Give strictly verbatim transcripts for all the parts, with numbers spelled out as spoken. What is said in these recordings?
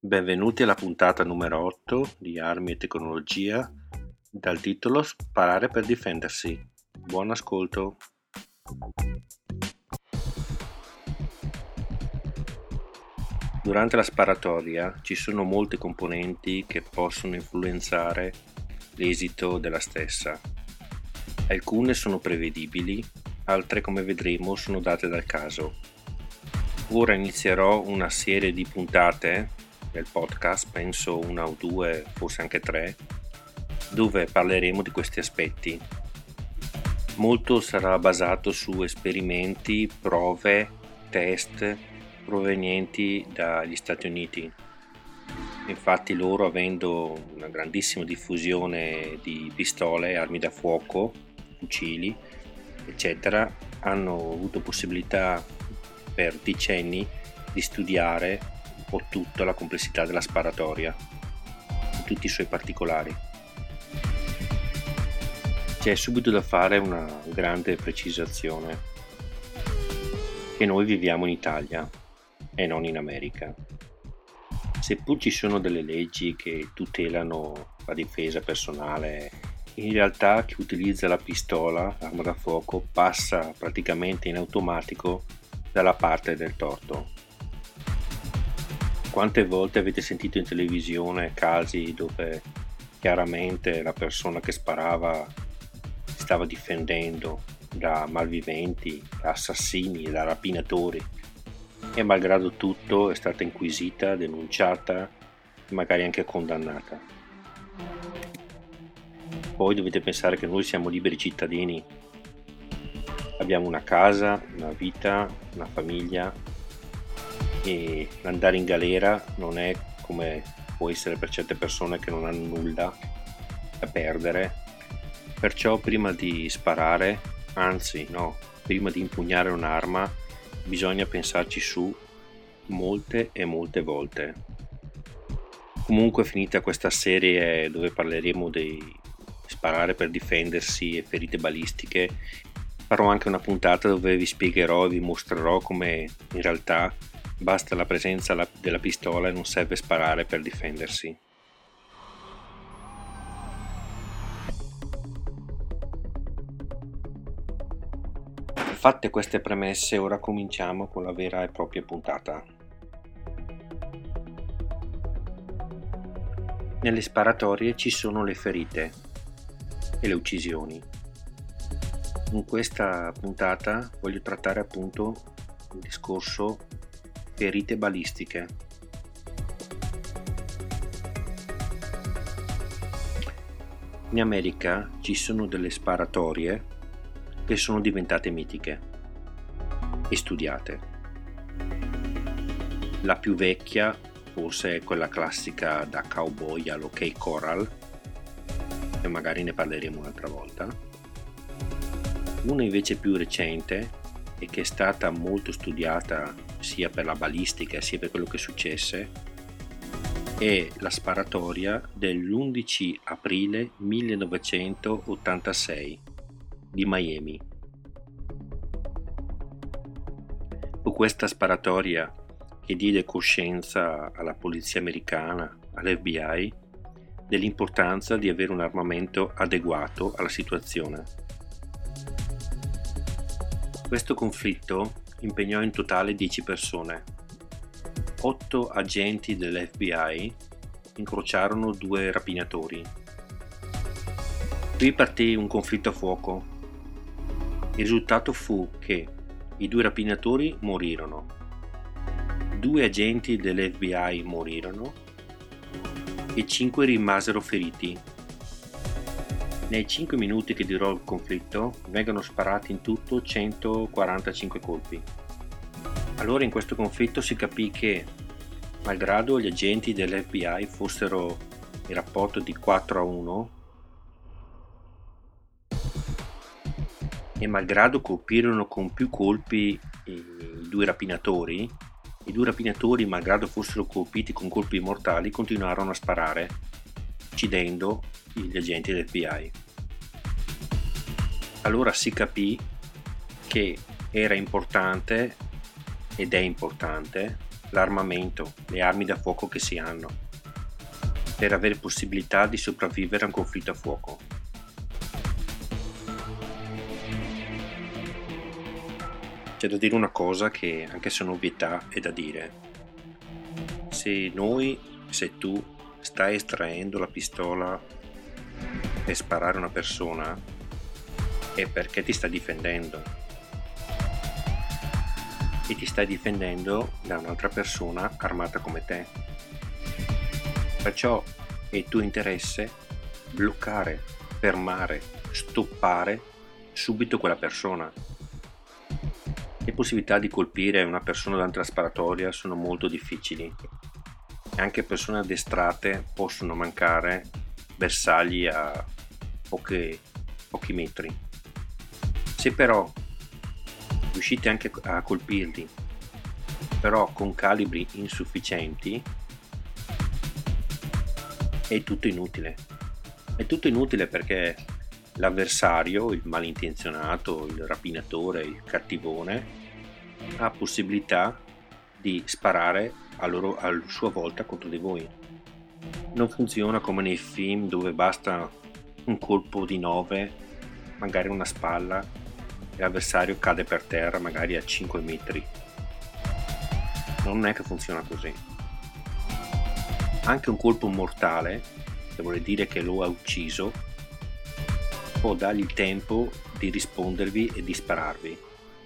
Benvenuti alla puntata numero otto di Armi e Tecnologia dal titolo Sparare per difendersi. Buon ascolto. Durante la sparatoria ci sono molte componenti che possono influenzare l'esito della stessa. Alcune sono prevedibili, altre, come vedremo, sono date dal caso. Ora inizierò una serie di puntate del podcast, penso una o due, forse anche tre, dove parleremo di questi aspetti. Molto sarà basato su esperimenti, prove, test provenienti dagli Stati Uniti. Infatti loro, avendo una grandissima diffusione di pistole, armi da fuoco, fucili, eccetera, hanno avuto possibilità per decenni di studiare un po' tutta la complessità della sparatoria, in tutti i suoi particolari. C'è subito da fare una grande precisazione, che noi viviamo in Italia e non in America. Seppur ci sono delle leggi che tutelano la difesa personale, in realtà chi utilizza la pistola, l'arma da fuoco, passa praticamente in automatico dalla parte del torto. Quante volte avete sentito in televisione casi dove chiaramente la persona che sparava si stava difendendo da malviventi, da assassini, da rapinatori, e malgrado tutto è stata inquisita, denunciata e magari anche condannata. Poi dovete pensare che noi siamo liberi cittadini, abbiamo una casa, una vita, una famiglia, e andare in galera non è come può essere per certe persone che non hanno nulla da perdere. Perciò prima di sparare, anzi no, prima di impugnare un'arma, bisogna pensarci su molte e molte volte. Comunque, finita questa serie dove parleremo di sparare per difendersi e ferite balistiche, farò anche una puntata dove vi spiegherò e vi mostrerò come in realtà basta la presenza della pistola e non serve sparare per difendersi. Fatte queste premesse, ora cominciamo con la vera e propria puntata. Nelle sparatorie ci sono le ferite e le uccisioni. In questa puntata voglio trattare appunto il discorso ferite balistiche. In America ci sono delle sparatorie che sono diventate mitiche e studiate. La più vecchia forse è quella classica da cowboy all'Ok Corral, e magari ne parleremo un'altra volta. Una invece più recente e che è stata molto studiata sia per la balistica sia per quello che successe è la sparatoria dell'undici aprile millenovecentottantasei di Miami. Fu questa sparatoria che diede coscienza alla polizia americana, all'F B I, dell'importanza di avere un armamento adeguato alla situazione. Questo conflitto impegnò in totale dieci persone. otto agenti dell'F B I incrociarono due rapinatori. Qui partì un conflitto a fuoco. Il risultato fu che i due rapinatori morirono, due agenti dell'F B I morirono e cinque rimasero feriti. Nei cinque minuti che durò il conflitto vengono sparati in tutto centoquarantacinque colpi. Allora in questo conflitto si capì che, malgrado gli agenti dell'F B I fossero in rapporto di quattro a uno, e malgrado colpirono con più colpi i due rapinatori, i due rapinatori, malgrado fossero colpiti con colpi mortali, continuarono a sparare, uccidendo gli agenti del F B I. Allora si capì che era importante ed è importante l'armamento, le armi da fuoco che si hanno, per avere possibilità di sopravvivere a un conflitto a fuoco. C'è da dire una cosa che, anche se è un'ovvietà, è da dire. Se noi, se tu stai estraendo la pistola per sparare a una persona, è perché ti sta difendendo. E ti stai difendendo da un'altra persona armata come te. Perciò è tuo interesse bloccare, fermare, stoppare subito quella persona. Le possibilità di colpire una persona durante la sparatoria sono molto difficili e anche persone addestrate possono mancare bersagli a poche, pochi metri. Se però riuscite anche a colpirli, però con calibri insufficienti, è tutto inutile. È tutto inutile perché l'avversario, il malintenzionato, il rapinatore, il cattivone, ha possibilità di sparare a, loro, a sua volta contro di voi. Non funziona come nei film dove basta un colpo di nove, magari una spalla, e l'avversario cade per terra magari a cinque metri. Non è che funziona così. Anche un colpo mortale, che vuol dire che lo ha ucciso, può dargli il tempo di rispondervi e di spararvi.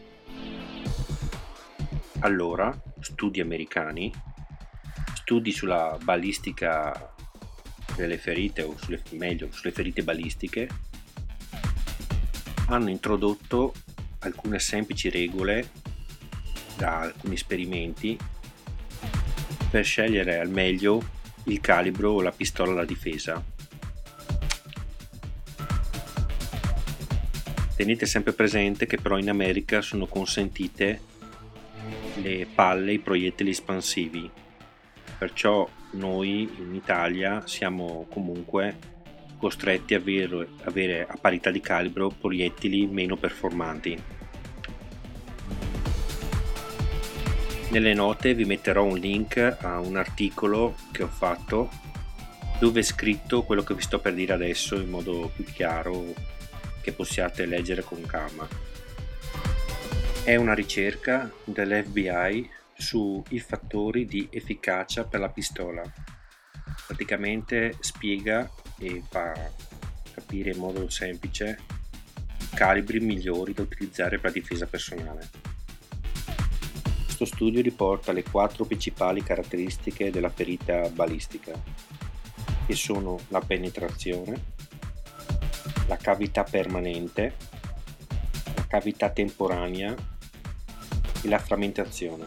Allora, studi americani, studi sulla balistica delle ferite, o sulle, meglio, sulle ferite balistiche, hanno introdotto alcune semplici regole da alcuni esperimenti per scegliere al meglio il calibro o la pistola da difesa. Tenete sempre presente che però in America sono consentite le palle, i proiettili espansivi, perciò noi in Italia siamo comunque costretti a avere, avere a parità di calibro proiettili meno performanti. Nelle note vi metterò un link a un articolo che ho fatto dove è scritto quello che vi sto per dire adesso in modo più chiaro, che possiate leggere con calma. È una ricerca dell'F B I sui fattori di efficacia per la pistola. Praticamente spiega e fa capire in modo semplice calibri migliori da utilizzare per la difesa personale. Questo studio riporta le quattro principali caratteristiche della ferita balistica, che sono la penetrazione, la cavità permanente, la cavità temporanea e la frammentazione.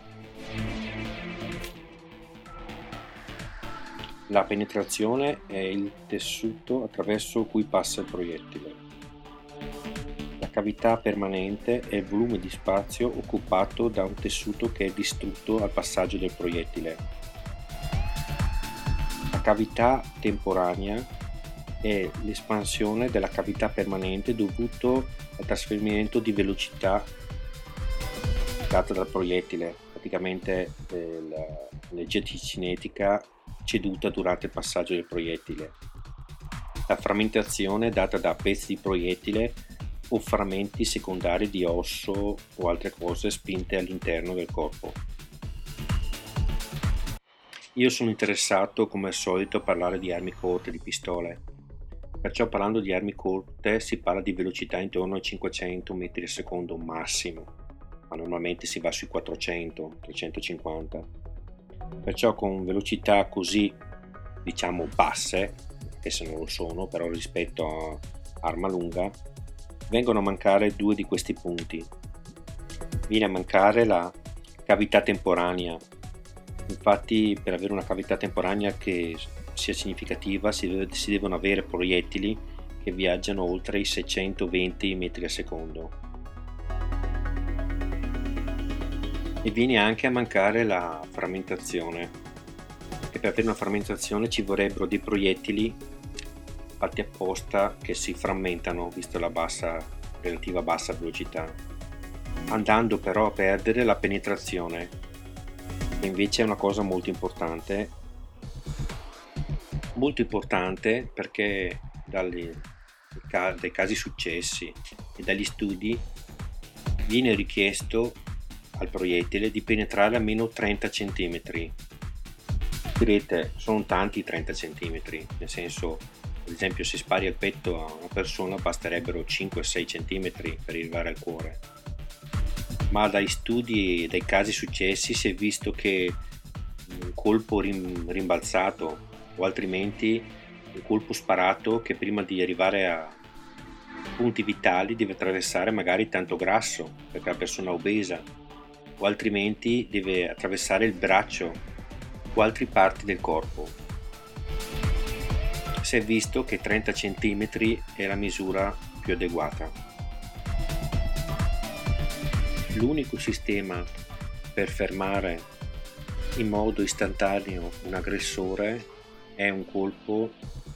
La penetrazione è il tessuto attraverso cui passa il proiettile. La cavità permanente è il volume di spazio occupato da un tessuto che è distrutto al passaggio del proiettile. La cavità temporanea è l'espansione della cavità permanente dovuto al trasferimento di velocità data dal proiettile, praticamente eh, l'energia cinetica ceduta durante il passaggio del proiettile. La frammentazione è data da pezzi di proiettile o frammenti secondari di osso o altre cose spinte all'interno del corpo. Io sono interessato come al solito a parlare di armi corte, di pistole. Perciò parlando di armi corte si parla di velocità intorno ai cinquecento metri al secondo massimo, ma normalmente si va sui quattrocento trecentocinquanta. Perciò con velocità così, diciamo, basse, che se non lo sono, però rispetto a arma lunga, vengono a mancare due di questi punti. Viene a mancare la cavità temporanea. Infatti, per avere una cavità temporanea che sia significativa si, deve, si devono avere proiettili che viaggiano oltre i seicentoventi metri al secondo. E viene anche a mancare la frammentazione, e per avere una frammentazione ci vorrebbero dei proiettili fatti apposta che si frammentano visto la bassa, relativa bassa velocità, andando però a perdere la penetrazione. E invece è una cosa molto importante, molto importante perché dalle, dai casi successi e dagli studi viene richiesto al proiettile di penetrare almeno trenta centimetri. Direte, sono tanti trenta centimetri, nel senso, ad esempio, se spari al petto a una persona basterebbero cinque sei centimetri per arrivare al cuore. Ma dai studi e dai casi successi si è visto che un colpo rimbalzato o altrimenti un colpo sparato che prima di arrivare a punti vitali deve attraversare magari tanto grasso perché la persona è obesa, o altrimenti deve attraversare il braccio o altre parti del corpo. Si è visto che trenta centimetri è la misura più adeguata. L'unico sistema per fermare in modo istantaneo un aggressore è un colpo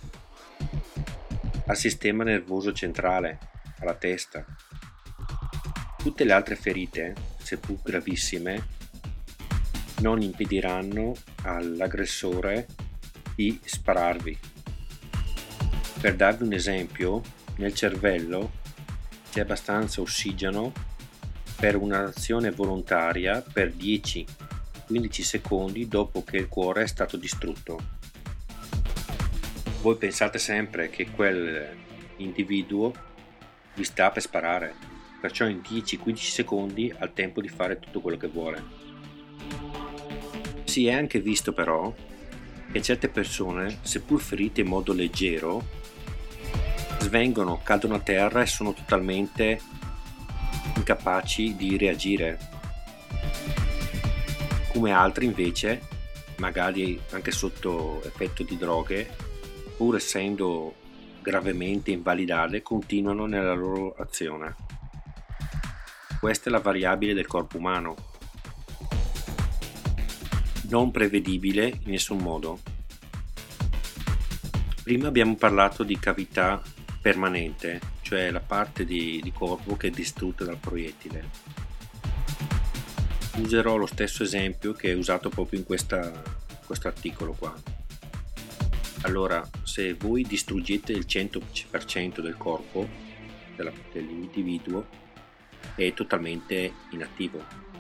al sistema nervoso centrale, alla testa. Tutte le altre ferite, seppur gravissime, non impediranno all'aggressore di spararvi. Per darvi un esempio, nel cervello c'è abbastanza ossigeno per un'azione volontaria per dieci quindici secondi dopo che il cuore è stato distrutto. Voi pensate sempre che quel individuo vi sta per sparare, perciò in dieci quindici secondi ha il tempo di fare tutto quello che vuole. Si è anche visto però che certe persone, seppur ferite in modo leggero, svengono, cadono a terra e sono totalmente incapaci di reagire, come altri invece, magari anche sotto effetto di droghe, pur essendo gravemente invalidate, continuano nella loro azione. Questa è la variabile del corpo umano, non prevedibile in nessun modo. Prima abbiamo parlato di cavità permanente, cioè la parte di, di corpo che è distrutta dal proiettile. Userò lo stesso esempio che è usato proprio in questa, questo articolo qua. Allora, se voi distruggete il cento per cento del corpo della, dell'individuo, è totalmente inattivo.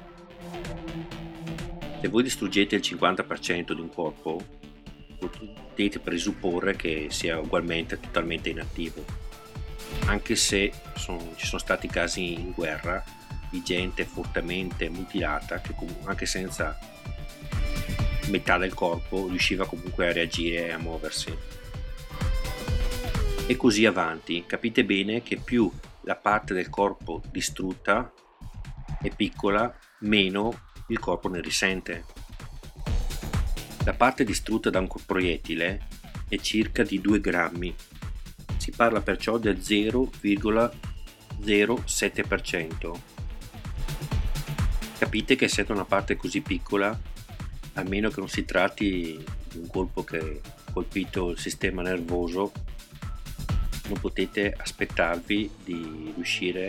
Se voi distruggete il cinquanta per cento di un corpo, potete presupporre che sia ugualmente totalmente inattivo, anche se sono, ci sono stati casi in guerra di gente fortemente mutilata che comunque, anche senza metà del corpo, riusciva comunque a reagire e a muoversi. E così avanti. Capite bene che più la parte del corpo distrutta è piccola, meno il corpo ne risente. La parte distrutta da un proiettile è circa di due grammi. Si parla perciò del zero virgola zero sette per cento. Capite che essendo una parte così piccola, a meno che non si tratti di un colpo che ha colpito il sistema nervoso, non potete aspettarvi di riuscire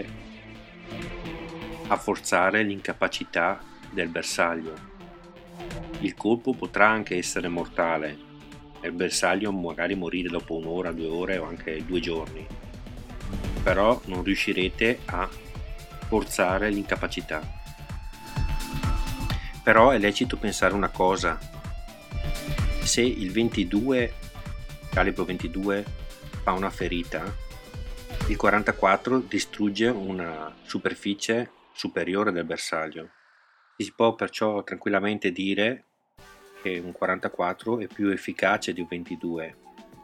a forzare l'incapacità del bersaglio. Il colpo potrà anche essere mortale, e il bersaglio magari morire dopo un'ora, due ore o anche due giorni, però non riuscirete a forzare l'incapacità. Però è lecito pensare una cosa: se il ventidue, calibro ventidue, fa una ferita, il quarantaquattro distrugge una superficie superiore del bersaglio. Si può perciò tranquillamente dire che un quarantaquattro è più efficace di un ventidue.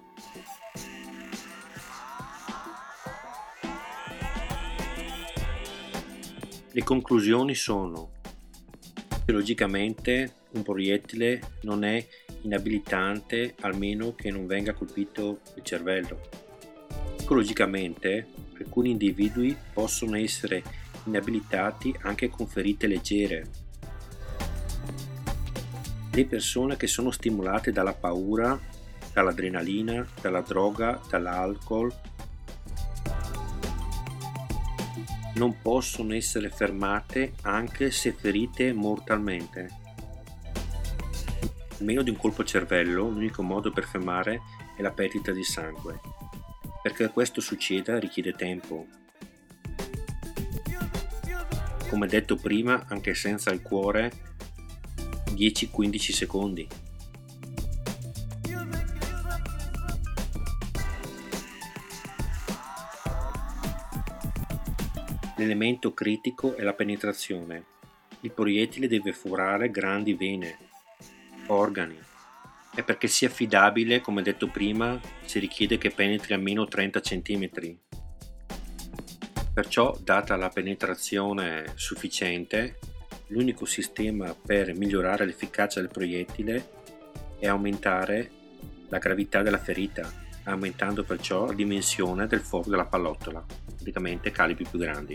Le conclusioni sono: logicamente un proiettile non è inabilitante a meno che non venga colpito il cervello. Psicologicamente alcuni individui possono essere inabilitati anche con ferite leggere. Le persone che sono stimolate dalla paura, dall'adrenalina, dalla droga, dall'alcol non possono essere fermate anche se ferite mortalmente. Meno di un colpo al cervello, l'unico modo per fermare è la perdita di sangue. Perché questo succeda richiede tempo. Come detto prima, anche senza il cuore, dieci quindici secondi. L'elemento critico è la penetrazione. Il proiettile deve forare grandi vene, organi, e perché sia affidabile, come detto prima, si richiede che penetri almeno trenta centimetri. Perciò, data la penetrazione sufficiente, l'unico sistema per migliorare l'efficacia del proiettile è aumentare la gravità della ferita, aumentando perciò la dimensione del foro della pallottola, praticamente calibri più grandi.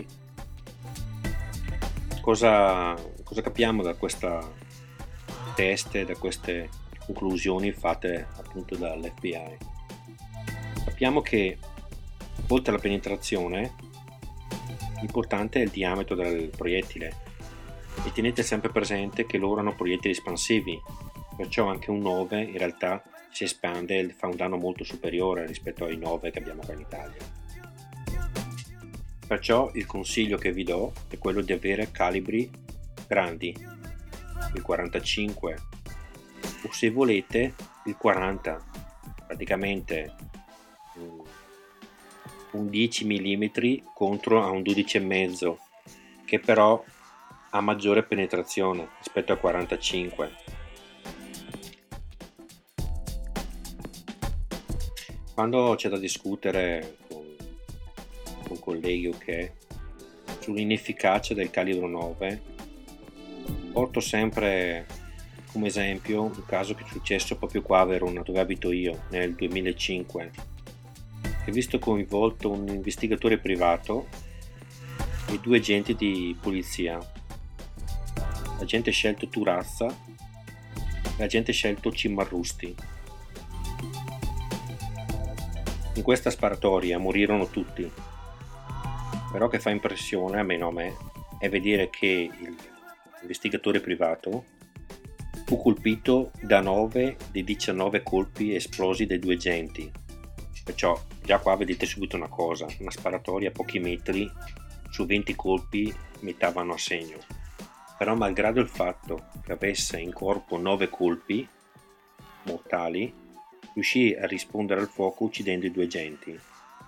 Cosa, cosa capiamo da questa test e da queste conclusioni fatte appunto dall'F B I? Capiamo che oltre alla penetrazione l'importante è il diametro del proiettile e tenete sempre presente che loro hanno proiettili espansivi, perciò anche un nove in realtà si espande e fa un danno molto superiore rispetto ai nove che abbiamo qua in Italia. Perciò il consiglio che vi do è quello di avere calibri grandi, il quarantacinque o se volete il quaranta, praticamente un dieci millimetri contro a un dodici e mezzo, che però ha maggiore penetrazione rispetto al quarantacinque. Quando c'è da discutere con, con colleghi ok sull'inefficacia del calibro nove, porto sempre come esempio un caso che è successo proprio qua a Verona, dove abito io, nel duemilacinque. Ho visto coinvolto un investigatore privato e due agenti di polizia. L'agente scelto Turazza e l'agente scelto Cimarrusti. In questa sparatoria morirono tutti, però che fa impressione, almeno a me, è vedere che l'investigatore privato fu colpito da nove dei diciannove colpi esplosi dai due agenti. Perciò già qua vedete subito una cosa, una sparatoria a pochi metri, su venti colpi metà vanno a segno. Però malgrado il fatto che avesse in corpo nove colpi mortali, riuscì a rispondere al fuoco uccidendo i due agenti.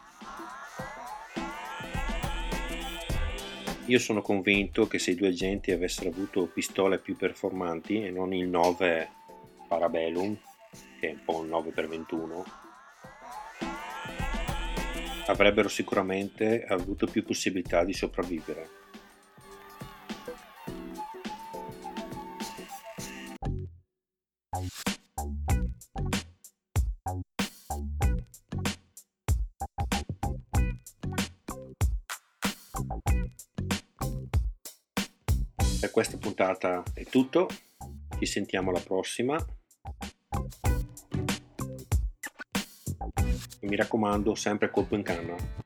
Io sono convinto che se i due agenti avessero avuto pistole più performanti e non il nove Parabellum, che è un po' un nove per ventuno, avrebbero sicuramente avuto più possibilità di sopravvivere. Per questa puntata è tutto, ci sentiamo alla prossima e mi raccomando sempre colpo in canna.